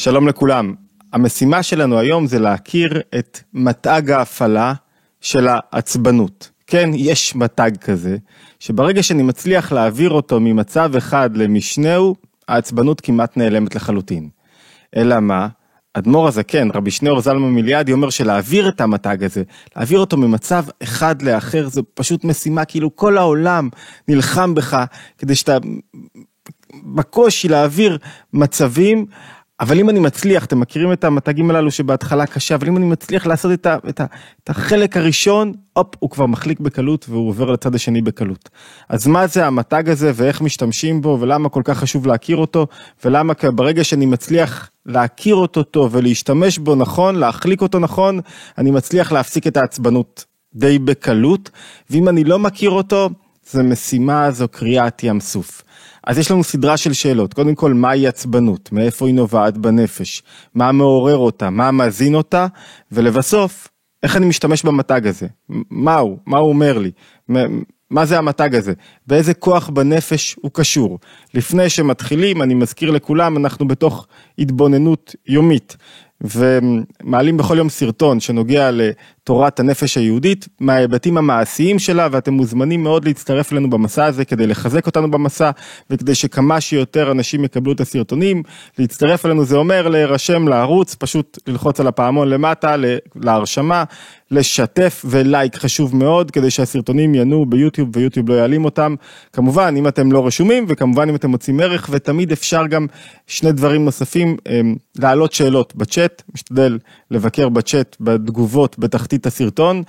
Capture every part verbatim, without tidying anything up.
שלום לכולם. המשימה שלנו היום זה להכיר את מתג ההפעלה של העצבנות. כן, יש מתג כזה, שברגע שאני מצליח להעביר אותו ממצב אחד למשנהו, העצבנות כמעט נעלמת לחלוטין. אלא מה? אדמו"ר הזקן, רבי שניאור זלמן מיליאדי, אומר שלהעביר את המתג הזה, להעביר אותו ממצב אחד לאחר, זו פשוט משימה, כאילו כל העולם נלחם בך, כדי שאתה בקושי להעביר מצבים, אבל אם אני מצליח, אתם מכירים את המתגים הללו שבהתחלה קשה, אבל אם אני מצליח לעשות את, ה, את, ה, את החלק הראשון, אופ, הוא כבר מחליק בקלות, והוא עובר לצד השני בקלות. אז מה זה המתג הזה, ואיך משתמשים בו, ולמה כל כך חשוב להכיר אותו, ולמה ברגע שאני מצליח להכיר אותו טוב, ולהשתמש בו נכון, להחליק אותו נכון, אני מצליח להפסיק את העצבנות די בקלות, ואם אני לא מכיר אותו, זו משימה, זו קריאת ים סוף. אז יש לנו סדרה של שאלות. קודם כל, מהי עצבנות? מאיפה היא נובעת בנפש? מה מעורר אותה? מה מזין אותה? ולבסוף, איך אני משתמש במתג הזה? מהו? מה הוא אומר לי? מה זה המתג הזה? באיזה כוח בנפש הוא קשור? לפני שמתחילים, אני מזכיר לכולם, אנחנו בתוך התבוננות יומית. ומעלים בכל יום סרטון שנוגע לתורת הנפש היהודית, מההיבטים המעשיים שלה, ואתם מוזמנים מאוד להצטרף אלינו במסע הזה, כדי לחזק אותנו במסע, וכדי שכמה שיותר אנשים יקבלו את הסרטונים, להצטרף אלינו זה אומר להירשם לערוץ, פשוט ללחוץ על הפעמון למטה, להרשמה, לשתף ולייק חשוב מאוד, כדי שהסרטונים ינועו ביוטיוב ויוטיוב לא יעלים אותם, כמובן אם אתם לא רשומים, וכמובן אם אתם מוצאים ערך, ותמיד אפשר גם שני דברים נוספים, להעלות שאלות בצ'אט, משתדל לבקר בצ'אט, בתגובות, בתחתית הסרטון,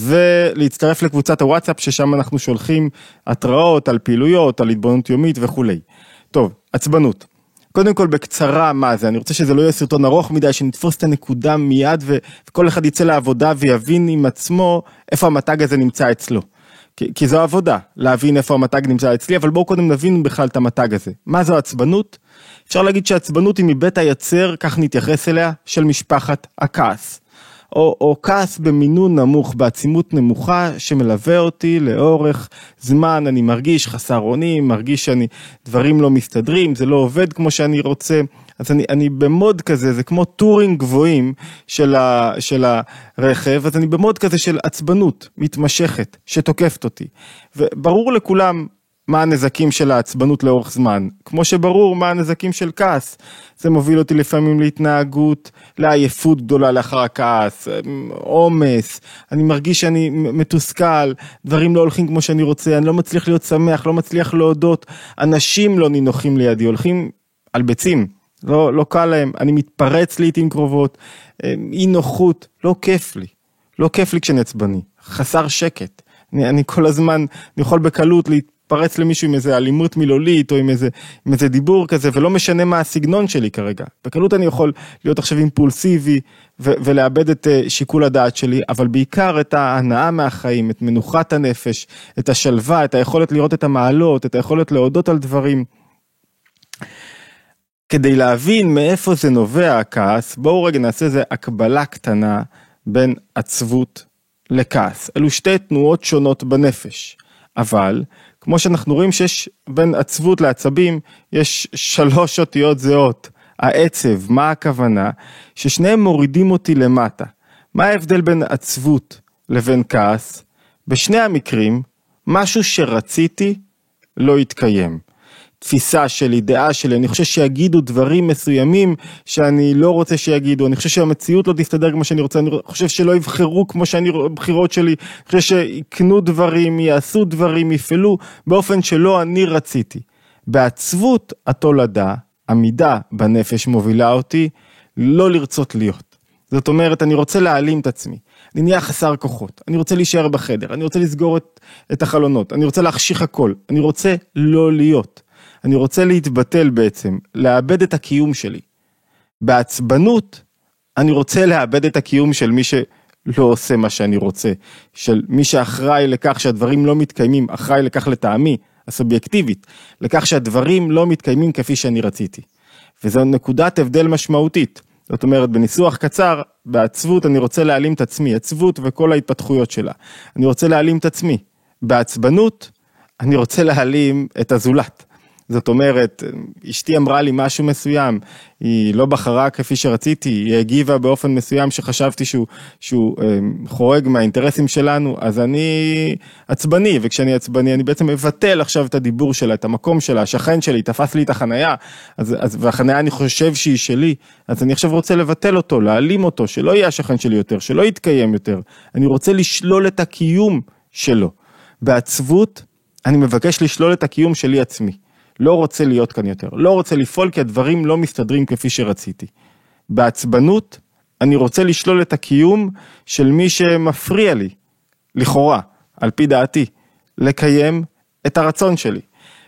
ולהצטרף לקבוצת הוואטסאפ, ששם אנחנו שולחים התראות על פעילויות, על התבוננות יומית וכו'. טוב, עצבנות. קודם כל בקצרה מה זה, אני רוצה שזה לא יהיה סרטון ארוך מדי, שנתפוס את הנקודה מיד, וכל אחד יצא לעבודה ויבין עם עצמו איפה המתג הזה נמצא אצלו. כי, כי זו עבודה, להבין איפה המתג נמצא אצלי, אבל בואו קודם נבין בכלל את המתג הזה. מה זו עצבנות? אפשר להגיד שהעצבנות היא מבית היצר, כך נתייחס אליה, של משפחת הכעס. או, או כעס במינון נמוך, בעצימות נמוכה, שמלווה אותי לאורך זמן, אני מרגיש חסר אונים, מרגיש שאני, דברים לא מסתדרים, זה לא עובד כמו שאני רוצה, אז אני, אני במוד כזה, זה כמו טורינג גבוהים של, ה, של הרכב, אז אני במוד כזה של עצבנות מתמשכת, שתוקפת אותי. וברור לכולם מה הנזקים של העצבנות לאורך זמן, כמו שברור מה הנזקים של כעס. זה מוביל אותי לפעמים להתנהגות, לעייפות גדולה לאחר הכעס, עומס, אני מרגיש שאני מתוסכל, דברים לא הולכים כמו שאני רוצה, אני לא מצליח להיות שמח, לא מצליח להודות, אנשים לא נינוחים לידי, הולכים על ביצים, לא, לא קל להם, אני מתפרץ לעתים קרובות, אי נוחות, לא כיף לי, לא כיף לי כשאני עצבני, חסר שקט, אני, אני כל הזמן, אני יכול בקלות להתפרץ, פרץ למישהו עם איזה אלימות מילולית, או עם איזה, עם איזה דיבור כזה, ולא משנה מה הסגנון שלי כרגע. בקלות אני יכול להיות עכשיו אימפולסיבי, ו- ולאבד את uh, שיקול הדעת שלי, אבל בעיקר את ההנאה מהחיים, את מנוחת הנפש, את השלווה, את היכולת לראות את המעלות, את היכולת להודות על דברים. כדי להבין מאיפה זה נובע הכעס, בואו רגע נעשה איזה הקבלה קטנה, בין עצבות לכעס. אלו שתי תנועות שונות בנפש. אבל, כמו שאנחנו רואים שיש בין עצבות לעצבים, יש שלוש אותיות זהות. העצב, מה הכוונה? ששניהם מורידים אותי למטה. מה ההבדל בין עצבות לבין כעס? בשני המקרים, משהו שרציתי לא יתקיים. תפיסה שלי, דעה שלי, אני חושב שיגידו דברים מסוימים שאני לא רוצה שיגידו, אני חושב שהמציאות לא תסתדר כמו שאני רוצה, אני חושב שלא יבחרו כמו שאני, בחירות שלי, אני חושב שיקנו דברים, יעשו דברים, יפעלו באופן שלא אני רציתי. בעצבות התולדה, המידה בנפש מובילה אותי לא לרצות להיות. זאת אומרת, אני רוצה להעלים את עצמי, אני נהיה חסר כוחות, אני רוצה להישאר בחדר, אני רוצה לסגור את, את החלונות, אני רוצה להחשיך הכל, אני רוצה לא להיות. אני רוצה להתבטל בעצם, לאבד את הקיום שלי. בעצבנות, אני רוצה לאבד את הקיום של מי שלא עושה מה שאני רוצה, של מי שאחראי לכך שהדברים לא מתקיימים, אחראי לכך לטעמי, הסובייקטיבית, לכך שהדברים לא מתקיימים כפי שאני רציתי. וזו נקודת הבדל משמעותית. זאת אומרת, בניסוח קצר, בעצבות אני רוצה להעלים את עצמי, עצבות וכל ההתפתחויות שלה. אני רוצה להעלים את עצמי. בעצבנות, אני רוצה להעלים את הזולת. זאת אומרת, אשתי אמרה לי משהו מסוים, היא לא בחרה כפי שרציתי, היא הגיבה באופן מסוים שחשבתי שהוא, שהוא אה, חורג מהאינטרסים שלנו, אז אני עצבני, וכשאני עצבני אני בעצם מבטל עכשיו את הדיבור שלה, את המקום שלה, השכן שלי תפס לי את החנייה, אז, אז, והחנייה אני חושב שהיא שלי, אז אני עכשיו רוצה לבטל אותו, להעלים אותו, שלא יהיה השכן שלי יותר, שלא יתקיים יותר, אני רוצה לשלול את הקיום שלו. בעצבות אני מבקש לשלול את הקיום שלי עצמי. לא רוצה להיות כאן יותר, לא רוצה לפעול כי הדברים לא מסתדרים כפי שרציתי. בעצבנות, אני רוצה לשלול את הקיום של מי שמפריע לי, לכאורה, על פי דעתי, לקיים את הרצון שלי.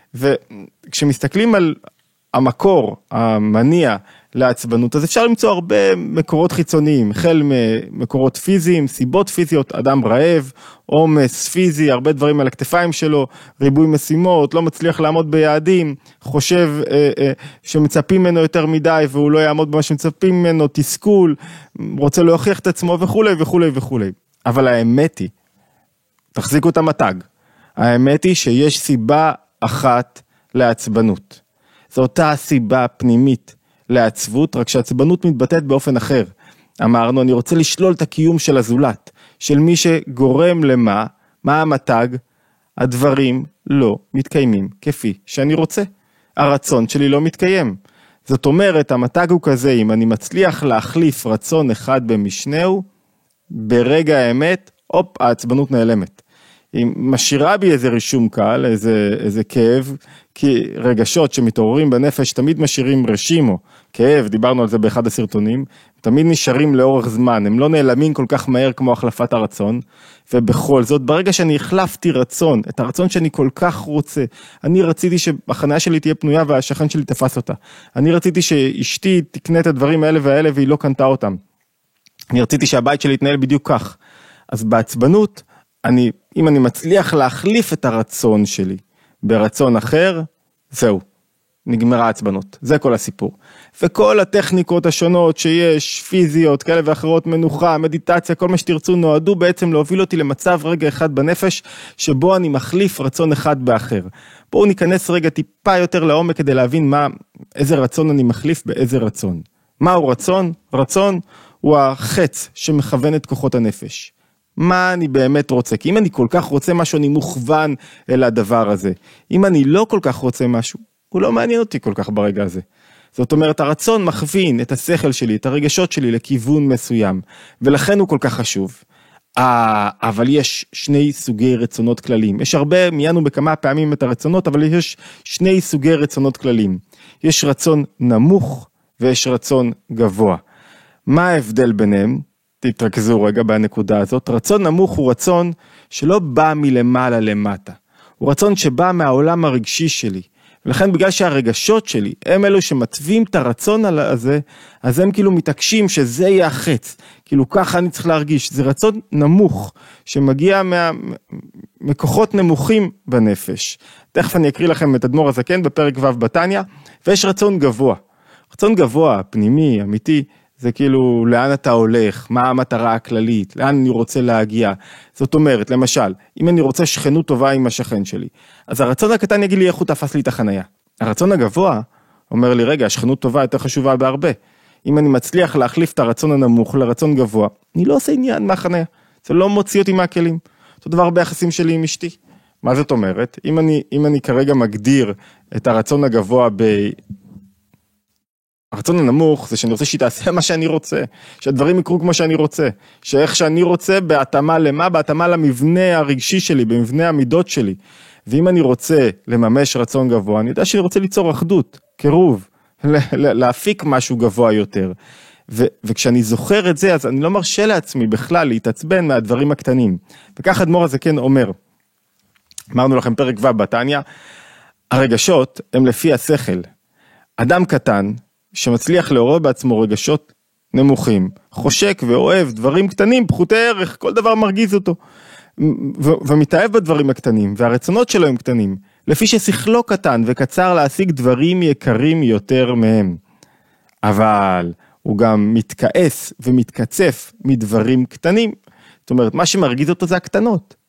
וכשמסתכלים על המקור, המניע לעצבנות, אז אפשר למצוא הרבה מקורות חיצוניים, החל ממקורות פיזיים, סיבות פיזיות, אדם רעב, עומס פיזי, הרבה דברים על הכתפיים שלו, ריבוי משימות, לא מצליח לעמוד ביעדים, חושב אה, אה, שמצפים ממנו יותר מדי, והוא לא יעמוד במה שמצפים ממנו, תסכול, רוצה להוכיח את עצמו וכו' וכו' וכו'. אבל האמת היא, תחזיקו את המתג, האמת היא שיש סיבה אחת לעצבנות. זו אותה סיבה פנימית לעצבות, רק שהעצבנות מתבטאת באופן אחר. אמרנו, אני רוצה לשלול את הקיום של הזולת, של מי שגורם למה, מה המתג, הדברים לא מתקיימים כפי שאני רוצה. הרצון שלי לא מתקיים. זאת אומרת, המתג הוא כזה, אם אני מצליח להחליף רצון אחד במשנהו, ברגע האמת, אופ, העצבנות נעלמת. היא משאירה בי איזה רישום קל, איזה, איזה כאב, כי רגשות שמתעוררים בנפש תמיד משאירים רשימו, כאב, דיברנו על זה באחד הסרטונים, תמיד נשארים לאורך זמן, הם לא נעלמים כל כך מהר כמו החלפת הרצון, ובכל זאת, ברגע שאני החלפתי רצון, את הרצון שאני כל כך רוצה, אני רציתי שהחניה שלי תהיה פנויה והשכן שלי תפס אותה, אני רציתי שאשתי תקנה את הדברים האלה והאלה והיא לא קנתה אותם, אני רציתי שהבית שלי יתנהל בדיוק כך, אז בעצבנות, אני, אם אני מצליח להחליף את הרצון שלי ברצון אחר, זהו, נגמרה העצבנות, זה כל הסיפור. וכל הטכניקות השונות שיש, פיזיות, כאלה ואחרות, מנוחה, מדיטציה, כל מה שתרצו, נועדו בעצם להוביל אותי למצב רגע אחד בנפש, שבו אני מחליף רצון אחד באחר. בואו ניכנס רגע טיפה יותר לעומק כדי להבין מה, איזה רצון אני מחליף באיזה רצון. מהו רצון? רצון הוא החץ שמכוון את כוחות הנפש. מה אני באמת רוצה? כי אם אני כל כך רוצה משהו, אני מוכוון אל הדבר הזה. אם אני לא כל כך רוצה משהו, הוא לא מעניין אותי כל כך ברגע הזה. זאת אומרת, הרצון מכווין את השכל שלי, את הרגשות שלי לכיוון מסוים, ולכן הוא כל כך חשוב. אבל יש שני סוגי רצונות כלליים. יש הרבה, מיינו בכמה פעמים את הרצונות, אבל יש שני סוגי רצונות כלליים. יש רצון נמוך ויש רצון גבוה. מה ההבדל ביניהם? תתרכזו רגע בנקודה הזאת. רצון נמוך הוא רצון שלא בא מלמעלה למטה. הוא רצון שבא מהעולם הרגשי שלי. ולכן בגלל שהרגשות שלי הם אלו שמתווים את הרצון הזה, אז הם כאילו מתעקשים שזה יהיה החץ. כאילו ככה אני צריך להרגיש. זה רצון נמוך שמגיע מכוחות נמוכים בנפש. תכף אני אקריא לכם את אדמו"ר הזקן בפרק ו' בתניא. ויש רצון גבוה. רצון גבוה, פנימי, אמיתי, זה כאילו לאן אתה הולך, מה המטרה הכללית, לאן אני רוצה להגיע. זאת אומרת, למשל, אם אני רוצה שכנות טובה עם השכן שלי, אז הרצון הקטן יגיד לי איך הוא תפס לי את החנייה. הרצון הגבוה אומר לי, רגע, השכנות טובה יותר חשובה בהרבה. אם אני מצליח להחליף את הרצון הנמוך לרצון גבוה, אני לא עושה עניין מהחנייה. זה לא מוציא אותי מהכלים. אותו דבר ביחסים שלי עם אשתי. מה זאת אומרת? אם אני, אם אני כרגע מגדיר את הרצון הגבוה ב... הרצון הנמוך זה שאני רוצה שהיא תעשה מה שאני רוצה, שהדברים יקרו כמו שאני רוצה, שאיך שאני רוצה בהתאמה למה, בהתאמה למבנה הרגשי שלי, במבנה המידות שלי. ואם אני רוצה לממש רצון גבוה, אני יודע שאני רוצה ליצור אחדות, קירוב, להפיק משהו גבוה יותר. ו- וכשאני זוכר את זה, אז אני לא מרשה לעצמי בכלל להתעצבן מהדברים הקטנים. וכך אדמו"ר הזקן אומר, אמרנו לכם פרק ו' בתניא, הרגשות הם לפי השכל. אדם קטן, שמצליח לעורר בעצמו רגשות נמוכים, חושק ואוהב דברים קטנים, פחותי ערך, כל דבר מרגיז אותו, ו- ומתאהב בדברים הקטנים, והרצונות שלו הם קטנים, לפי ששכלו קטן וקצר להשיג דברים יקרים יותר מהם. אבל הוא גם מתכעס ומתקצף מדברים קטנים, זאת אומרת, מה שמרגיז אותו זה הקטנות,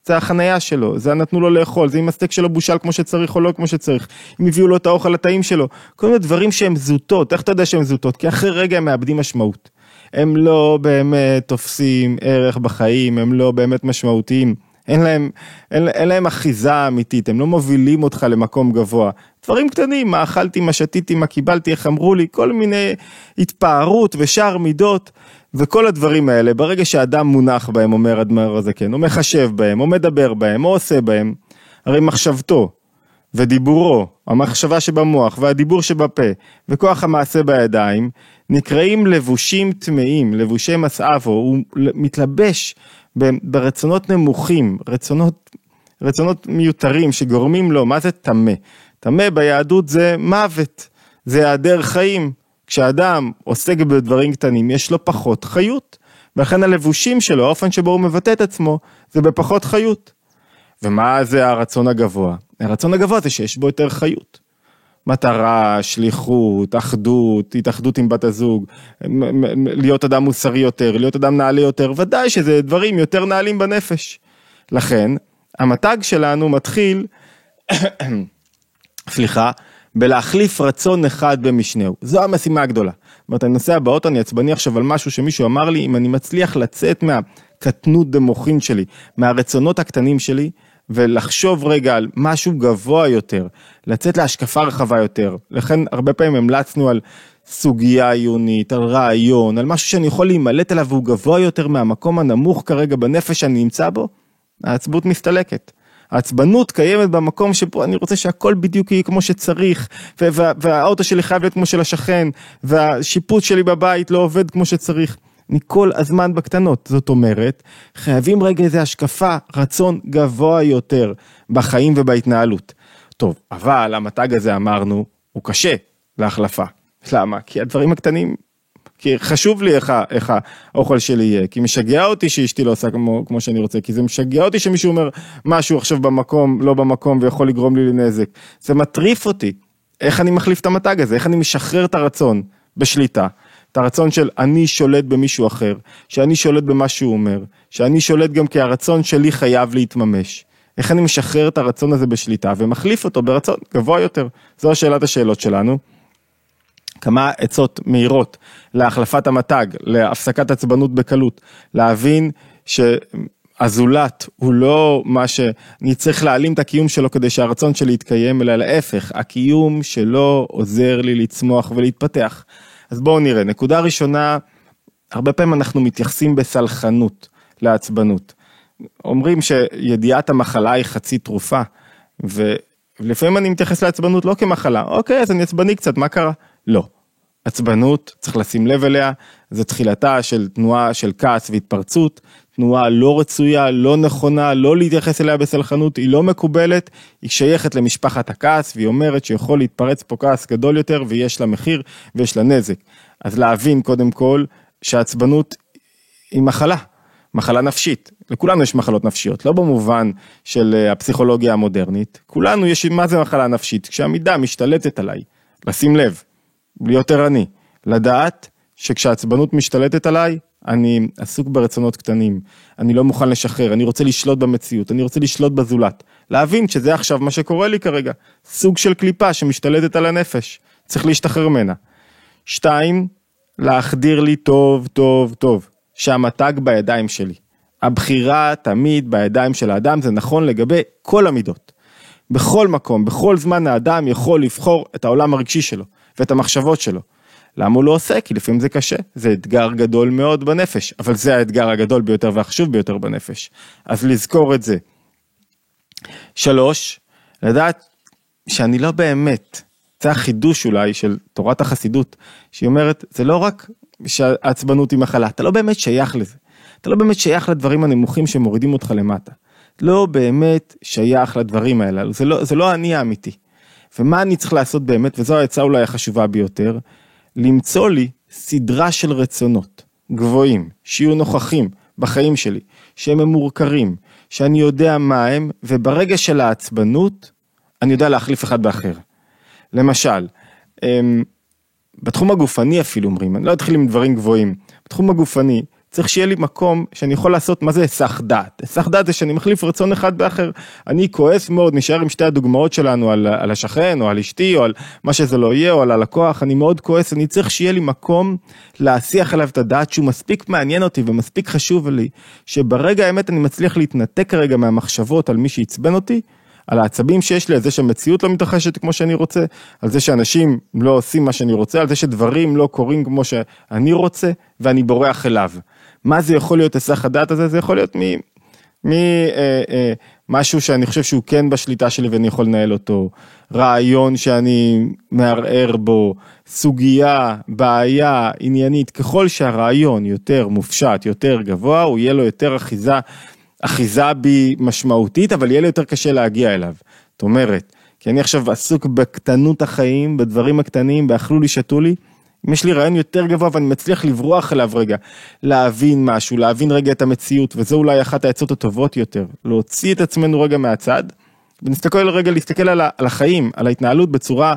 זה החנייה שלו, זה נתנו לו לאכול, זה אם הסטייק שלו בושל כמו שצריך או לא כמו שצריך, אם הביאו לו את האוכל לתאים שלו, כל מיני דברים שהם זוטות, איך אתה יודע שהם זוטות? כי אחרי רגע הם מאבדים משמעות, הם לא באמת תופסים ערך בחיים, הם לא באמת משמעותיים, אין להם, אין, אין להם אחיזה אמיתית, הם לא מובילים אותך למקום גבוה, דברים קטנים, מה אכלתי, מה שתיתי, מה קיבלתי, איך אמרו לי, כל מיני התפארות ושאר מידות, וכל הדברים האלה, ברגע שאדם מונח בהם, אומר אדמו"ר הזקן, הוא מחשב בהם, הוא מדבר בהם, הוא עושה בהם, הרי מחשבתו ודיבורו, המחשבה שבמוח והדיבור שבפה, וכוח המעשה בידיים, נקראים לבושים טמאים, לבושי מסעבו, הוא מתלבש ברצונות נמוכים, רצונות, רצונות מיותרים שגורמים לו, מה זה טמא? טמא ביהדות זה מוות, זה היעדר חיים, כשאדם עוסק בדברים קטנים, יש לו פחות חיות, ולכן הלבושים שלו, האופן שבו הוא מבטא את עצמו, זה בפחות חיות. ומה זה הרצון הגבוה? הרצון הגבוה זה שיש בו יותר חיות. מטרה, שליחות, אחדות, התאחדות עם בת הזוג, להיות אדם מוסרי יותר, להיות אדם נעלי יותר, ודאי שזה דברים יותר נעלים בנפש. לכן, המתג שלנו מתחיל, סליחה, בלהחליף רצון אחד במשנהו. זו המשימה הגדולה. זאת אומרת, אני נוסע באוטו, אני עצבני עכשיו על משהו שמישהו אמר לי, אם אני מצליח לצאת מהקטנות במוחין שלי, מהרצונות הקטנים שלי, ולחשוב רגע על משהו גבוה יותר, לצאת להשקפה רחבה יותר. לכן הרבה פעמים המלצנו על סוגיה עיונית, על רעיון, על משהו שאני יכול להימלט עליו, והוא גבוה יותר מהמקום הנמוך כרגע בנפש שאני נמצא בו, העצבות מסתלקת. העצבנות קיימת במקום שבו אני רוצה שהכל בדיוק יהיה כמו שצריך, וה, והאוטו שלי חייב להיות כמו של השכן, והשיפוט שלי בבית לא עובד כמו שצריך. אני כל הזמן בקטנות, זאת אומרת, חייבים רגע איזו השקפה, רצון גבוה יותר בחיים ובהתנהלות. טוב, אבל המתג הזה אמרנו, הוא קשה להחלפה. למה? כי הדברים הקטנים, כי חשוב לי איך, איך האוכל שלי יהיה, כי משגע אותי שאשתי לא עושה כמו, כמו שאני רוצה, כי זה משגע אותי שמישהו אומר משהו עכשיו במקום, לא במקום, ויכול לגרום לי לנזק. זה מטריף אותי. איך אני מחליף את המתג הזה? איך אני משחרר את הרצון בשליטה? את הרצון של אני שולט במישהו אחר, שאני שולט במה שהוא אומר, שאני שולט גם כי הרצון שלי חייב להתממש. איך אני משחרר את הרצון הזה בשליטה ומחליף אותו ברצון גבוה יותר? זו השאלת השאלות שלנו. כמה עצות מהירות להחלפת המתג, להפסקת עצבנות בקלות, להבין שהזולת הוא לא מה שאני צריך להעלים את הקיום שלו כדי שהרצון שלי יתקיים, אלא להפך, הקיום שלו עוזר לי לצמוח ולהתפתח. אז בואו נראה, נקודה ראשונה, הרבה פעמים אנחנו מתייחסים בסלחנות לעצבנות. אומרים שידיעת המחלה היא חצי תרופה, ולפעמים אני מתייחס לעצבנות לא כמחלה, אוקיי, אז אני עצבני קצת, מה קרה? לא. עצבנות, צריך לשים לב אליה, זו תחילתה של תנועה של כעס והתפרצות, תנועה לא רצויה, לא נכונה, לא להתייחס אליה בסלחנות, היא לא מקובלת, היא שייכת למשפחת הכעס, והיא אומרת שיכול להתפרץ פה כעס גדול יותר, ויש לה מחיר ויש לה נזק. אז להבין קודם כל שהעצבנות היא מחלה, מחלה נפשית. לכולנו יש מחלות נפשיות, לא במובן של הפסיכולוגיה המודרנית, כולנו יש, מה זה מחלה נפשית? כשהמידה משתלטת עליי, לשים לב, להיות ערני, לדעת שכשהעצבנות משתלטת עליי, אני עסוק ברצונות קטנים, אני לא מוכן לשחרר, אני רוצה לשלוט במציאות, אני רוצה לשלוט בזולת, להבין שזה עכשיו מה שקורה לי כרגע, סוג של קליפה שמשתלטת על הנפש, צריך להשתחרר ממנה. שתיים, להחדיר לי טוב, טוב, טוב, שהמתג בידיים שלי. הבחירה תמיד בידיים של האדם, זה נכון לגבי כל המידות. בכל מקום, בכל זמן האדם יכול לבחור את העולם הרגשי שלו, ואת המחשבות שלו. למה הוא לא עושה? כי לפעמים זה קשה, זה אתגר גדול מאוד בנפש, אבל זה האתגר הגדול ביותר והחשוב ביותר בנפש. אז לזכור את זה. שלוש, לדעת שאני לא באמת, זה החידוש אולי של תורת החסידות, שהיא אומרת, זה לא רק שהעצבנות היא מחלה, אתה לא באמת שייך לזה. אתה לא באמת שייך לדברים הנמוכים שמורידים אותך למטה. לא באמת שייך לדברים האלה, זה לא, זה לא אני האמיתי. ומה אני צריך לעשות באמת, וזו העצה אולי החשובה ביותר, למצוא לי סדרה של רצונות גבוהים, שיהיו נוכחים בחיים שלי, שהם ממורכרים, שאני יודע מה הם, וברגע של העצבנות, אני יודע להחליף אחד באחר. למשל, בתחום הגופני אפילו אומרים, אני לא אתחיל עם דברים גבוהים, בתחום הגופני, צריך שיהיה לי מקום שאני יכול לעשות, מה זה היסח דעת? היסח דעת זה שאני מחליף רצון אחד באחר, אני כועס מאוד, נשאר עם שתי הדוגמאות שלנו על, על השכן, או על אשתי, או על מה שזה לא יהיה, או על הלקוח, אני מאוד כועס, אני צריך שיהיה לי מקום להסיח אליו את הדעת, שהוא מספיק מעניין אותי ומספיק חשוב לי, שברגע האמת אני מצליח להתנתק רגע מהמחשבות על מי שיצבן אותי, על העצבים שיש לי, על זה שהמציאות לא מתרחשת כמו שאני רוצה, על זה שאנשים לא עושים מה שאני רוצה, על זה שדברים לא קורים כמו שאני רוצה, ואני בורח אליו. מה זה יכול להיות היסח הדעת הזה? זה יכול להיות מ... מ אה, אה, משהו שאני חושב שהוא כן בשליטה שלי ואני יכול לנהל אותו, רעיון שאני מערער בו, סוגיה, בעיה, עניינית, ככל שהרעיון יותר מופשט, יותר גבוה, הוא יהיה לו יותר אחיזה, אחיזה בי משמעותית, אבל יהיה לי יותר קשה להגיע אליו. זאת אומרת, כי אני עכשיו עסוק בקטנות החיים, בדברים הקטנים, באכלו לי, שתו לי, אם יש לי רעיון יותר גבוה ואני מצליח לברוח אליו רגע, להבין משהו, להבין רגע את המציאות, וזו אולי אחת העצות הטובות יותר, להוציא את עצמנו רגע מהצד, ונסתכל רגע, להסתכל על, על החיים, על ההתנהלות בצורה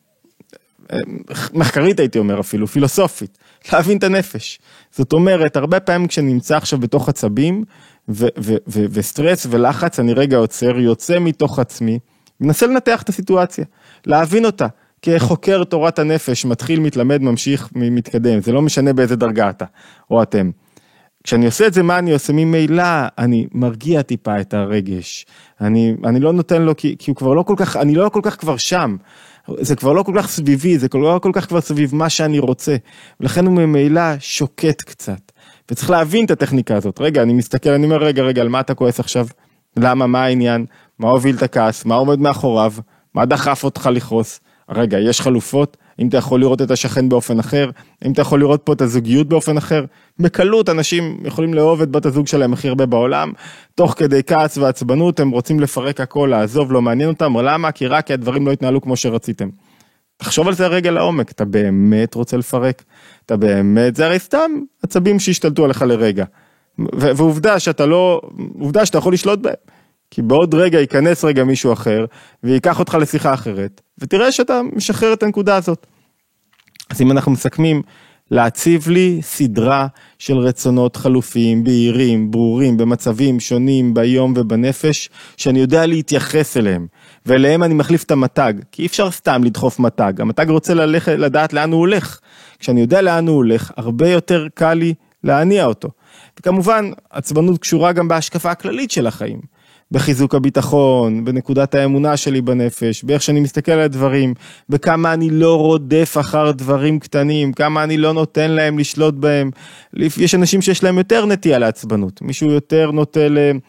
מחקרית הייתי אומר אפילו, פילוסופית, להבין את הנפש. זאת אומרת, הרבה פעמים כשאני נמצא עכשיו בתוך עצבים, ו- ו- ו- וסטרס ולחץ, אני רגע עוצר, יוצא מתוך עצמי, מנסה לנתח את הסיטואציה, להבין אותה, כחוקר תורת הנפש, מתחיל, מתלמד, ממשיך, מתקדם, זה לא משנה באיזה דרגה אתה, או אתם. כשאני עושה את זה, מה אני עושה? ממילא, אני מרגיע טיפה את הרגש, אני, אני לא נותן לו, כי, כי הוא כבר לא כל כך, אני לא כל כך כבר שם, זה כבר לא כל כך סביבי, זה לא כל כך כבר סביב מה שאני רוצה, ולכן הוא ממילא שוקט קצת, וצריך להבין את הטכניקה הזאת. רגע, אני מסתכל, אני אומר, רגע, רגע, על מה אתה כועס עכשיו? למה, מה העניין? מה הוביל את הכעס? מה עומד מאחוריו? מה דחף אותך לכעוס? רגע, יש חלופות? אם אתה יכול לראות את השכן באופן אחר, אם אתה יכול לראות פה את הזוגיות באופן אחר, בקלות אנשים יכולים לאהוב את בת הזוג שלהם הכי הרבה בעולם, תוך כדי כעס ועצבנות, הם רוצים לפרק הכל, לעזוב, לא מעניין אותם, למה? כי רק הדברים לא התנהלו כמו שרציתם. תחשוב על זה רגע לעומק, אתה באמת רוצה לפרק, אתה באמת, זה הרי סתם עצבים שהשתלטו עליך לרגע, ועובדה שאתה לא, עובדה שאתה יכול לשלוט בהם, כי בעוד רגע ייכנס רגע מישהו אחר, ויקח אותך לשיחה אחרת, ותראה שאתה משחרר את הנקודה הזאת. אז אם אנחנו מסכמים, להציב לי סדרה של רצונות חלופיים, בהירים, ברורים, במצבים שונים, ביום ובנפש, שאני יודע להתייחס אליהם, ואליהם אני מחליף את המתג, כי אי אפשר סתם לדחוף מתג, המתג רוצה ללכת, לדעת לאן הוא הולך, כשאני יודע לאן הוא הולך, הרבה יותר קל לי להניע אותו, וכמובן, עצבנות קשורה גם בהשקפה הכללית של החיים, בחיזוק הביטחון, בנקודת האמונה שלי בנפש, באיך שאני מסתכל על הדברים, בכמה אני לא רודף אחר דברים קטנים, כמה אני לא נותן להם לשלוט בהם. יש אנשים שיש להם יותר נטייה לעצבנות, מישהו יותר נוטה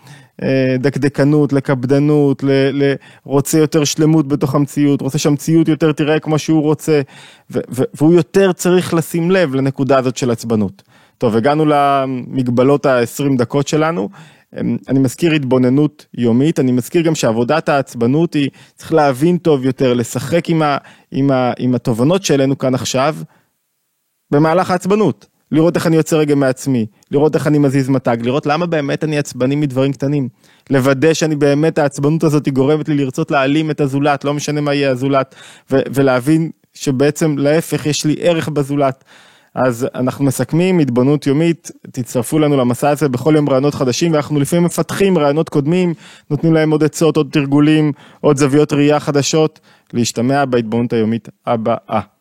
לדקדקנות, לקפדנות, רוצה יותר שלמות בתוך המציאות, רוצה שהמציאות יותר תראה כמו שהוא רוצה, והוא יותר צריך לשים לב לנקודה הזאת של עצבנות. טוב, הגענו למגבלות ה-עשרים דקות שלנו, אני מזכיר התבוננות יומית, אני מזכיר גם שעבודת העצבנות היא, צריך להבין טוב יותר, לשחק עם, ה, עם, ה, עם התובנות שלנו כאן עכשיו, במהלך העצבנות, לראות איך אני יוצא רגע מעצמי, לראות איך אני מזיז מתג, לראות למה באמת אני עצבני מדברים קטנים, לוודא שאני באמת, העצבנות הזאת היא גורמת לי לרצות להעלים את הזולת, לא משנה מה יהיה הזולת, ו- ולהבין שבעצם להפך יש לי ערך בזולת. אז אנחנו מסכמים, התבוננות יומית, תצטרפו לנו למסע הזה בכל יום רעיונות חדשים, ואנחנו לפעמים מפתחים רעיונות קודמים, נותנים להם עוד עצות, עוד תרגולים, עוד זוויות ראייה חדשות, להשתמע בהתבוננות היומית הבאה.